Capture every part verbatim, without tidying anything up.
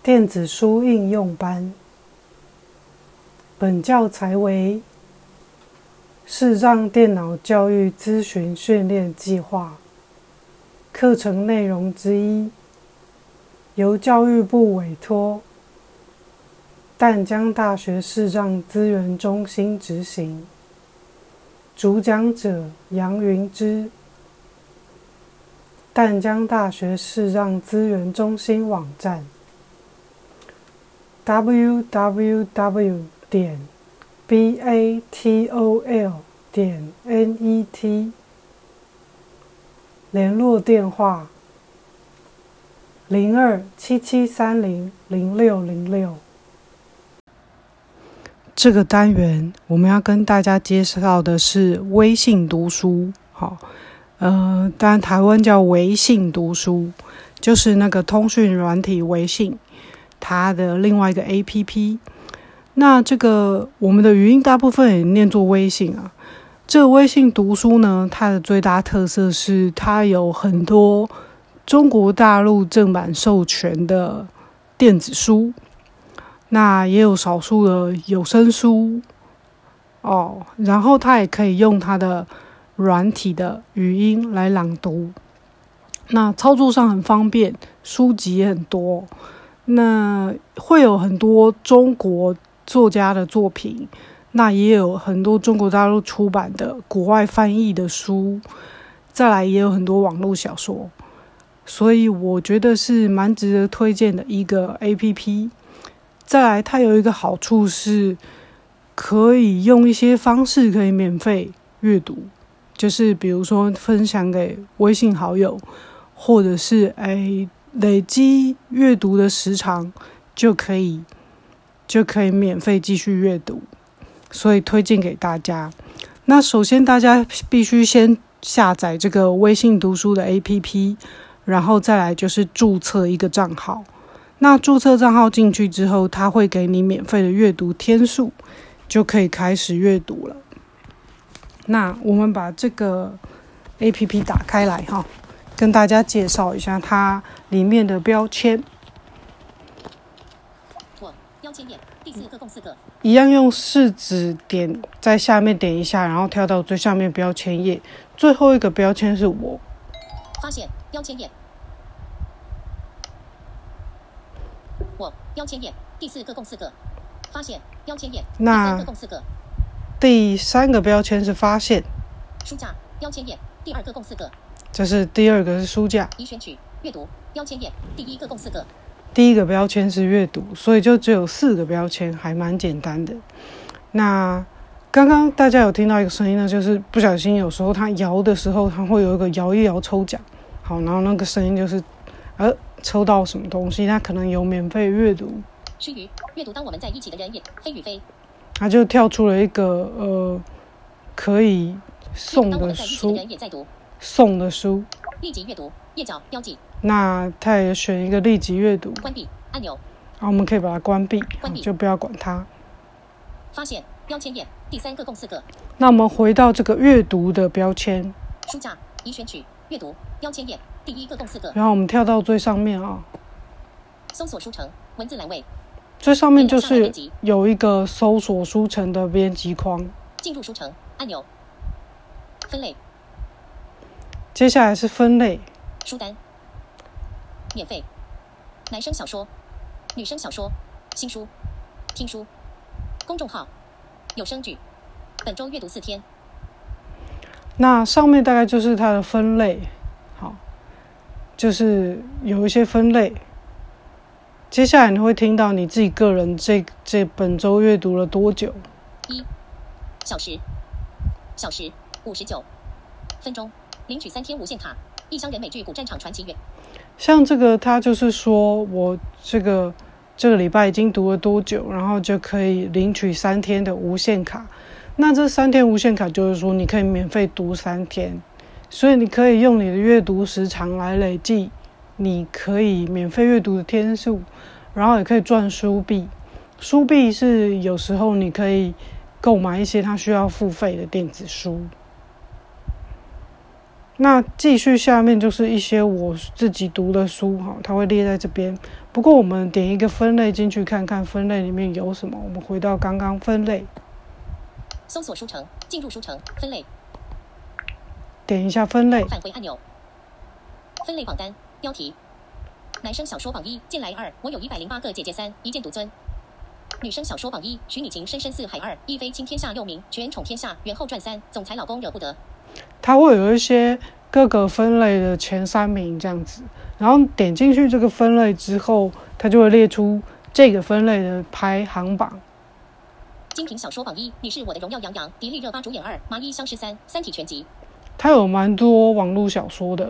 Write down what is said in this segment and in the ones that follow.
电子书应用班。本教材为视障电脑教育咨询训练计划课程内容之一，由教育部委托淡江大学视障资源中心执行。主讲者杨云芝。淡江大学视障资源中心网站 ：double-u double-u double-u 点 b a t o l 点 n e t。联络电话：零二七七三零零六零六。这个单元我们要跟大家介绍的是微信读书，好。呃，当然台湾叫微信读书，就是那个通讯软体微信，它的另外一个 A P P。那这个我们的语音大部分也念作微信啊。这个微信读书呢，它的最大特色是它有很多中国大陆正版授权的电子书，那也有少数的有声书哦，然后它也可以用它的软体的语音来朗读，那操作上很方便，书籍也很多，那会有很多中国作家的作品，那也有很多中国大陆出版的国外翻译的书，再来也有很多网络小说，所以我觉得是蛮值得推荐的一个 A P P。 再来它有一个好处是可以用一些方式可以免费阅读，就是比如说分享给微信好友，或者是诶累积阅读的时长就可以就可以免费继续阅读，所以推荐给大家。那首先大家必须先下载这个微信读书的 A P P， 然后再来就是注册一个账号。那注册账号进去之后，它会给你免费的阅读天数，就可以开始阅读了。那我们把这个 A P P 打开来哈，跟大家介绍一下它里面的标签。 我标签页第四个共四个， 一样用食指点在下面点一下，然后跳到最下面标签页，最后一个标签是我。 发现标签页，我标签页第四个共四个，发现标签页第三个共四个。 第三个标签是发现， 书架标签页第二个共四个， 这是第二个是书架。 已选取阅读标签页第一个共四个， 第一个标签是阅读，所以就只有四个标签，还蛮简单的。那刚刚大家有听到一个声音呢，就是不小心有时候它摇的时候，它会有一个摇一摇抽奖，好，然后那个声音就是呃抽到什么东西，它可能有免费阅读。 须臾阅读当我们在一起的人也飞与飞， 它就跳出了一个呃可以送的书，送的书， 立即阅读页角标记。 那它也选一个立即阅读， 关闭按钮， 好，我们可以把它关闭， 关闭就不要管它。 发现标签页第三个共四个， 那我们回到这个阅读的标签， 书架已选取阅读标签页第一个共四个， 然后我们跳到最上面啊， 搜索书城文字栏位。 最上面就是有一个搜索书城的编辑框， 进入书城按钮，分类， 接下来是分类， 书单，免费，男生小说，女生小说，新书，听书，公众号，有声剧，本周阅读四天。 那上面大概就是它的分类，好，就是有一些分类。接下来你会听到你自己个人这这本周阅读了多久？ 一小时，小时五十九分钟，领取三天无限卡，一箱人美剧《古战场传奇》月。 像这个，它就是说我这个这个礼拜已经读了多久，然后就可以领取三天的无限卡。那这三天无限卡就是说你可以免费读三天，所以你可以用你的阅读时长来累计你可以免费阅读的天数，然后也可以赚书币。书币是有时候你可以购买一些它需要付费的电子书。 那继续下面就是一些我自己读的书，它会列在这边。不过我们点一个分类进去看看分类里面有什么。我们回到刚刚分类， 搜索书城，进入书城，分类， 点一下分类， 返回按钮，分类榜单，标题，男生小说榜一，近来二，我有一百零八个姐姐三，一见独尊。女生小说榜一，徐拟晴深深似海二，一妃倾天下六名，绝宠天下，元后传三，总裁老公惹不得。 它会有一些各个分类的前三名这样子，然后点进去这个分类之后，它就会列出这个分类的排行榜。 精品小说榜一，你是我的荣耀杨洋，迪丽热巴主演二，麻衣相识三，三体全集。 它有蛮多网络小说的。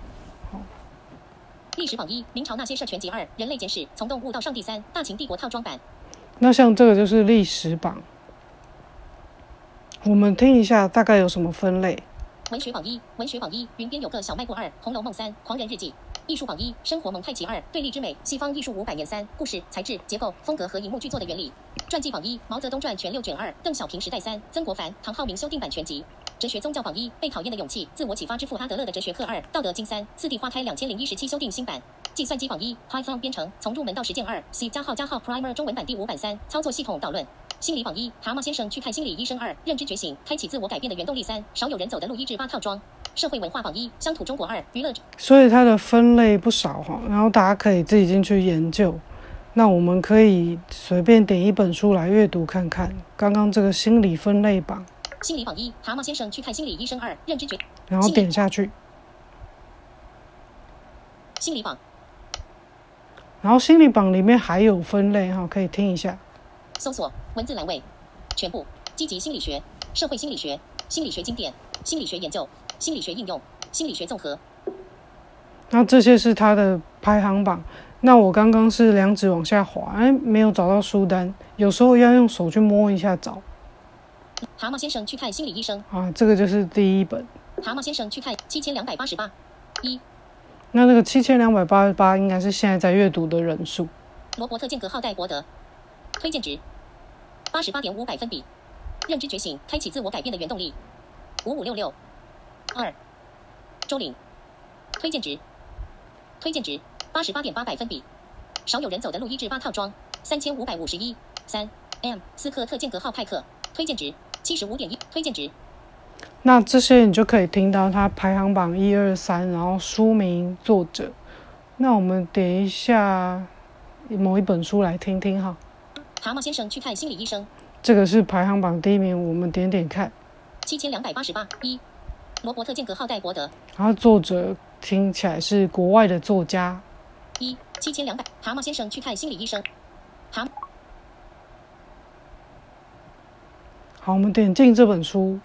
历史榜一，明朝那些事全集二，人类简史，从动物到上帝三，大秦帝国套装版。 那像这个就是历史榜，我们听一下大概有什么分类。 文学榜一，文学榜一，云边有个小卖部二，红楼梦三，狂人日记。艺术榜一，生活蒙太奇二，对立之美，西方艺术五百年三，故事、材质、结构、风格和荧幕剧作的原理。传记榜一，毛泽东传全六卷二，邓小平时代三，曾国藩、唐浩明修订版全集。哲学宗教榜一，被讨厌的勇气，自我启发之父阿德勒的哲学课二，道德经三，四地花开两千零一十七修订新版。计算机榜一 ，Python 编程，从入门到实践二 ，C 加号加号 Primer 中文版第五版三，操作系统导论。心理榜一，蛤蟆先生去看心理医生二，认知觉醒，开启自我改变的原动力三，少有人走的路一至八套装。社会文化榜一，乡土中国二，娱乐。 所以它的分类不少哈，然后大家可以自己进去研究。那我们可以随便点一本书来阅读看看。刚刚这个心理分类榜， 心理榜一，蛤蟆先生去看心理医生二，认知觉， 然后点下去。 心理榜。 然后心理榜里面还有分类哈，可以听一下。 搜索文字栏位，全部积极心理学、社会心理学、心理学经典、心理学研究、心理学应用、心理学综合。 那这些是它的排行榜。那我刚刚是两指往下滑，哎，没有找到书单，有时候要用手去摸一下找。 蛤蟆先生去看心理医生啊，这个就是第一本。 蛤蟆先生去看七千两百八十八一。 那那个七千两百八十八应该是现在在阅读的人数。 罗伯特间隔号戴伯德，推荐值八十八点五百分比。认知觉醒，开启自我改变的原动力五五六六二。周岭，推荐值推荐值八十八点八百分比。少有人走的路一至八套装三千五百五十一三。M 斯科特间隔号派克，推荐值七十五点一，推荐值。 那这些你就可以听到它排行榜一二三，然后书名、作者。那我们点一下某一本书来听听哈。 蛤蟆先生去看心理医生， 这个是排行榜第一名，我们点点看。 七千两百八十八一。罗伯特间隔号戴伯德， 然后作者听起来是国外的作家。 一七千两百。蛤蟆先生去看心理医生。蛤好，我们点进这本书。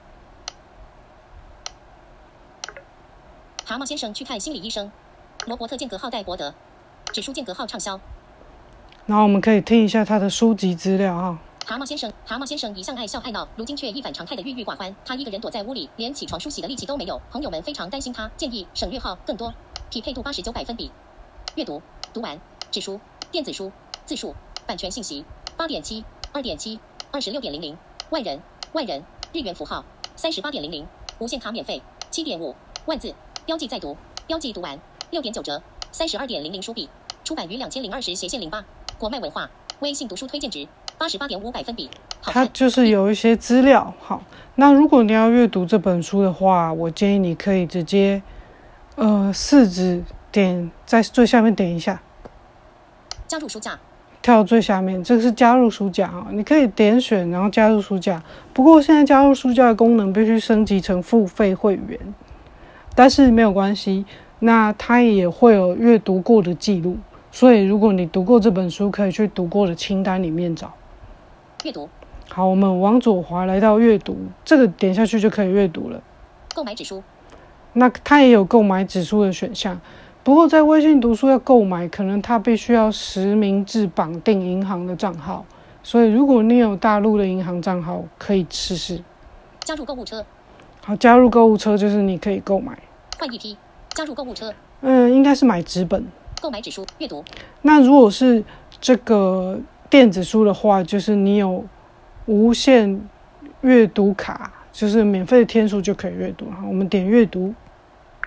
蛤蟆先生去看心理医生，罗伯特间隔号戴伯德，指数间隔号畅销。 然后我们可以听一下他的书籍资料哈。 蛤蟆先生，蛤蟆先生一向爱笑爱闹，如今却一反常态的郁郁寡欢。他一个人躲在屋里，连起床梳洗的力气都没有。朋友们非常担心他，建议省略号更多，匹配度八十九百分比。阅读读完，指书、电子书、字数、版权信息八点七、二点七、二十六点零零，万人万人日元符号三十八点零零，无限卡免费七点五万字。标记再读，标记读完六点九折，三十二点零零书币，出版于两千零二十斜线零八。国脉文化微信读书推荐值八十八点五百分比。 它就是有一些资料。好，那如果你要阅读这本书的话，我建议你可以直接呃四指点在最下面点一下， 加入书架， 跳到最下面，这个是加入书架啊，你可以点选然后加入书架。不过现在加入书架的功能必须升级成付费会员。但是没有关系，那它也会有阅读过的记录，所以如果你读过这本书，可以去读过的清单里面找阅读。 好，我们往左滑来到阅读，这个点下去就可以阅读了。 购买指书， 那它也有购买指书的选项，不过在微信读书要购买，可能它必须要实名制绑定银行的账号，所以如果你有大陆的银行账号，可以试试。 加入购物车。 好，加入购物车就是你可以购买。 换一批，加入购物车。 嗯，应该是买纸本。 购买指书，阅读。 那如果是这个电子书的话，就是你有无限阅读卡，就是免费的天数就可以阅读。我们点阅读。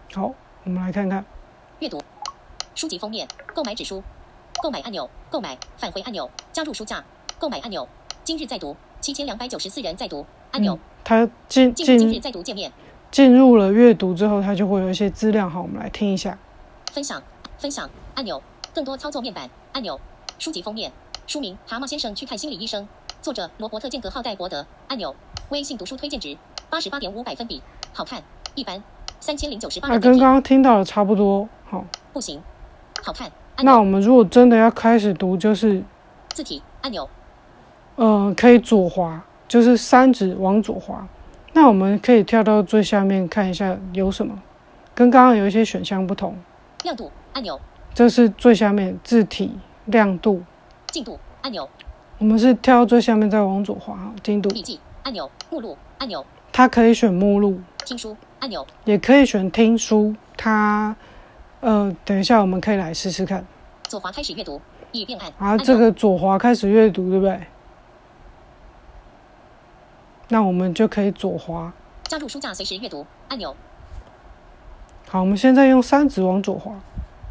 好，我们来看看阅读书籍封面，购买指数，购买按钮，购买返回按钮，加入书架，购买按钮，今日在读七千两百九十四人在读按钮， 嗯、它进进入今日在读界面， 进入了阅读之后，它就会有一些资料。好，我们来听一下。 分享分享按钮，更多操作面板按钮，书籍封面，书名《蛤蟆先生去看心理医生》，作者罗伯特·间隔号戴伯德按钮，微信读书推荐值八十八点五百分比，好看一般三千零九十八。 那跟刚刚听到的差不多。好， 不行，好看。 那我们如果真的要开始读，就是字体按钮， 呃，可以左滑，就是三指往左滑。那我们可以跳到最下面看一下有什么，跟刚刚有一些选项不同。 亮度按钮， 这是最下面字体亮度。 进度按钮， 我们是跳到最下面再往左滑。进度。 笔记按钮，目录按钮， 它可以选目录。 听书按钮， 也可以选听书。它呃，等一下我们可以来试试看。 左滑开始阅读，已变暗。 啊，这个左滑开始阅读，对不对？那我们就可以左滑。 加入书架随时阅读按钮。 好，我们现在用三指往左滑。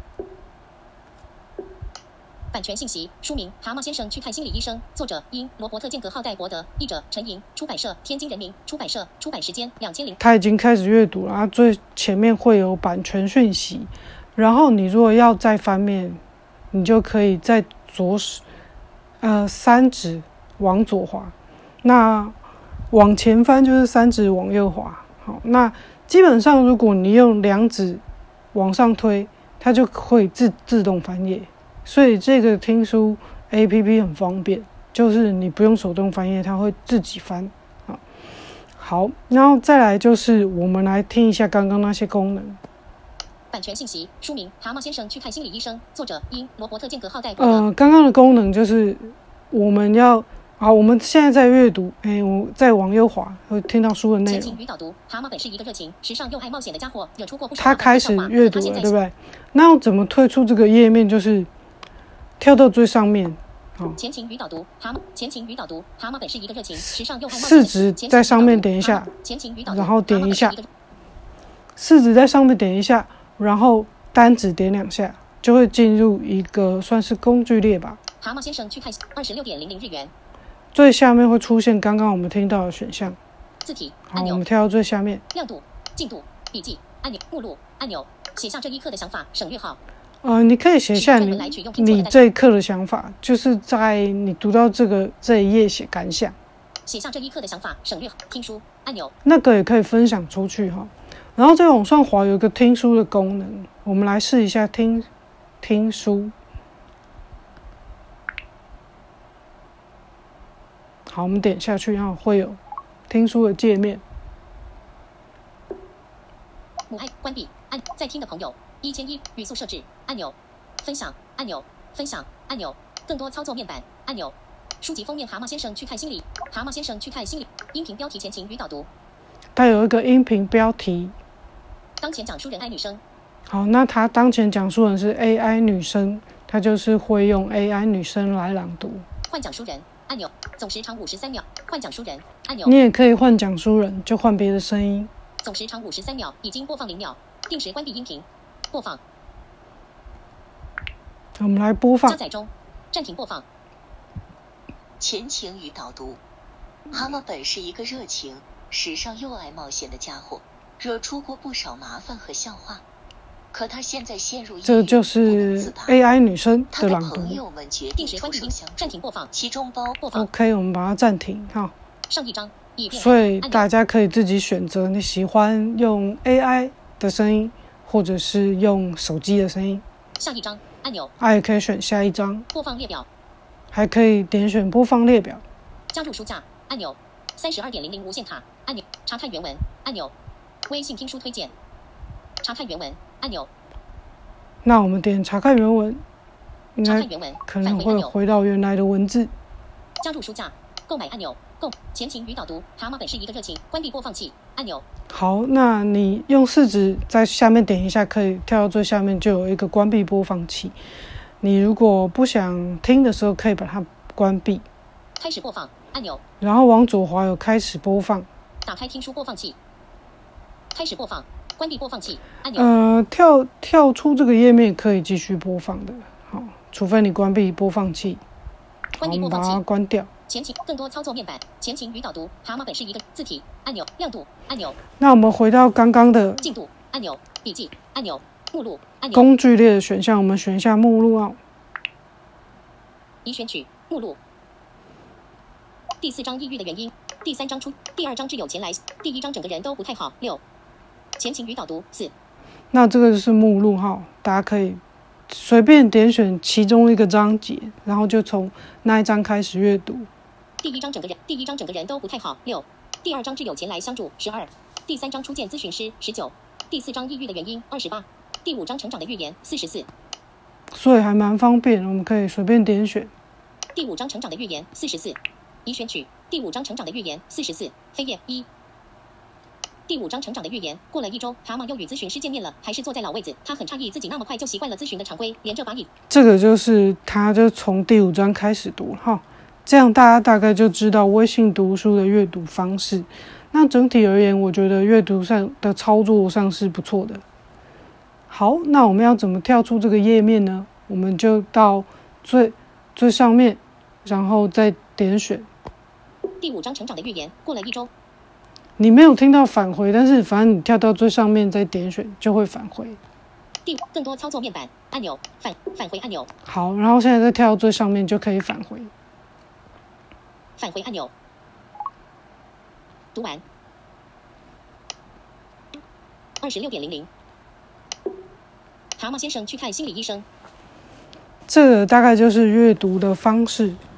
版权信息：书名《蛤蟆先生去看心理医生》，作者因罗伯特·间隔号戴伯德，译者陈莹，出版社天津人民出版社，出版时间两千零。 它已经开始阅读了，它最前面会有版权讯息，然后你如果要再翻面，你就可以在左手呃三指往左滑，那往前翻就是三指往右滑。好，那基本上如果你用两指往上推，它就会自自动翻页。所以这个听书 A P P 很方便，就是你不用手动翻页，它会自己翻。好，好，然后再来就是我们来听一下刚刚那些功能。 版权信息：书名《蛤蟆先生去看心理医生》，作者因罗伯特·间隔号戴伯德。 呃，刚刚的功能就是我们要好，我们现在在阅读，哎，我再往右滑，会听到书的内容。 前情与导读：蛤蟆本是一个热情、时尚又爱冒险的家伙，惹出过不少。 他开始阅读了，对不对？那要怎么退出这个页面？就是跳到最上面。好， 前情与导读：蛤蟆前情与导读：蛤蟆本是一个热情、时尚又爱冒险的。 四指在上面点一下， 前情与导读， 然后点一下。四指在上面点一下，然后单指点两下，就会进入一个算是工具列吧。 蛤蟆先生去看二十六点零零日元。 最下面会出现刚刚我们听到的选项。 字体好，我们跳到最下面。 亮度、进度、笔记按钮、目录按钮，写下这一刻的想法，省略号。 呃，你可以写下你你这一刻的想法，就是在你读到这个这一页写感想。 写下这一刻的想法，省略号。听书按钮， 那个也可以分享出去哈。然后再往上滑有一个听书的功能，我们来试一下听听书。好，我们点下去，然后会有听书的界面。 母爱关闭按在听的朋友一千一语速设置按钮，分享按钮，分享按钮，更多操作面板按钮，书籍封面《蛤蟆先生去看心理》，蛤蟆先生去看心理。音频标题前情与导读。 它有一个音频标题。 当前讲述人爱女生。 好，那它当前讲述人是 A I 女生，它就是会用 A I 女生来朗读。 换讲述人按钮，总时长五十三秒。换讲述人按钮， 你也可以换讲述人，就换别的声音。 总时长五十三秒，已经播放零秒，定时关闭音频。播放。 我们来播放。 加载中，暂停播放。 前情与导读：蛤蟆本是一个热情、时尚又爱冒险的家伙，惹出过不少麻烦和笑话。可他现在陷入这就是 A I 女生的朗读。 他的朋友们决定出手相助， 暂停播放， 其中包播放。 OK， 我们把它暂停哈。 上一章， 所以大家可以自己选择你喜欢用 A I 的声音，或者是用手机的声音。 下一章按钮， 啊，也可以选下一章。 播放列表， 还可以点选播放列表。 加入书架按钮，三十二点零零无限卡按钮，查看原文按钮，微信听书推荐，查看原文按钮。 那我们点查看原文，应该查看原文可能会回到原来的文字。 加入书架，购买按钮，购前情与导读。蛤蟆本是一个热情，关闭播放器按钮。 好，那你用四指在下面点一下，可以跳到最下面就有一个关闭播放器。你如果不想听的时候，可以把它关闭。 开始播放按钮，然后往左滑有开始播放。 打开听书播放器，开始播放。 关闭播放器按钮。 呃，跳跳出这个页面可以继续播放的，好，除非你关闭播放器。好，我们把它关掉。 前情更多操作面板，前情与导读，蛤蟆本是一个字体按钮，亮度按钮。 那我们回到刚刚的进度按钮，笔记按钮，目录按钮。 工具列的选项，我们选一下目录啊。 已选取目录。第四章抑郁的原因，第三章出，第二章挚友前来，第一章整个人都不太好。六，前情与导读四。 那这个就是目录号，大家可以随便点选其中一个章节，然后就从那一章开始阅读。 第一章整个人，第一章整个人都不太好。六，第二章挚友前来相助。十二，第三章初见咨询师。十九，第四章抑郁的原因。二十八，第五章成长的预言。四十四。 所以还蛮方便，我们可以随便点选。 第五章成长的预言。四十四，已选取第五章成长的预言。四十四，扉页一。第五章成长的预言。过了一周，蛤蟆又与咨询师见面了，还是坐在老位子。他很诧异自己那么快就习惯了咨询的常规，连着把椅。 这个就是他就从第五章开始读哈，这样大家大概就知道微信读书的阅读方式。那整体而言，我觉得阅读上的操作上是不错的。好，那我们要怎么跳出这个页面呢？我们就到最最上面，然后再点选第五章成长的预言。过了一周。 你没有听到返回，但是反正你跳到最上面再点选就会返回。 第更多操作面板按钮，返返回按钮。 好，然后现在再跳到最上面就可以返回。 返回按钮。读完。二十六点零零。蛤蟆先生去看心理医生。 这个大概就是阅读的方式。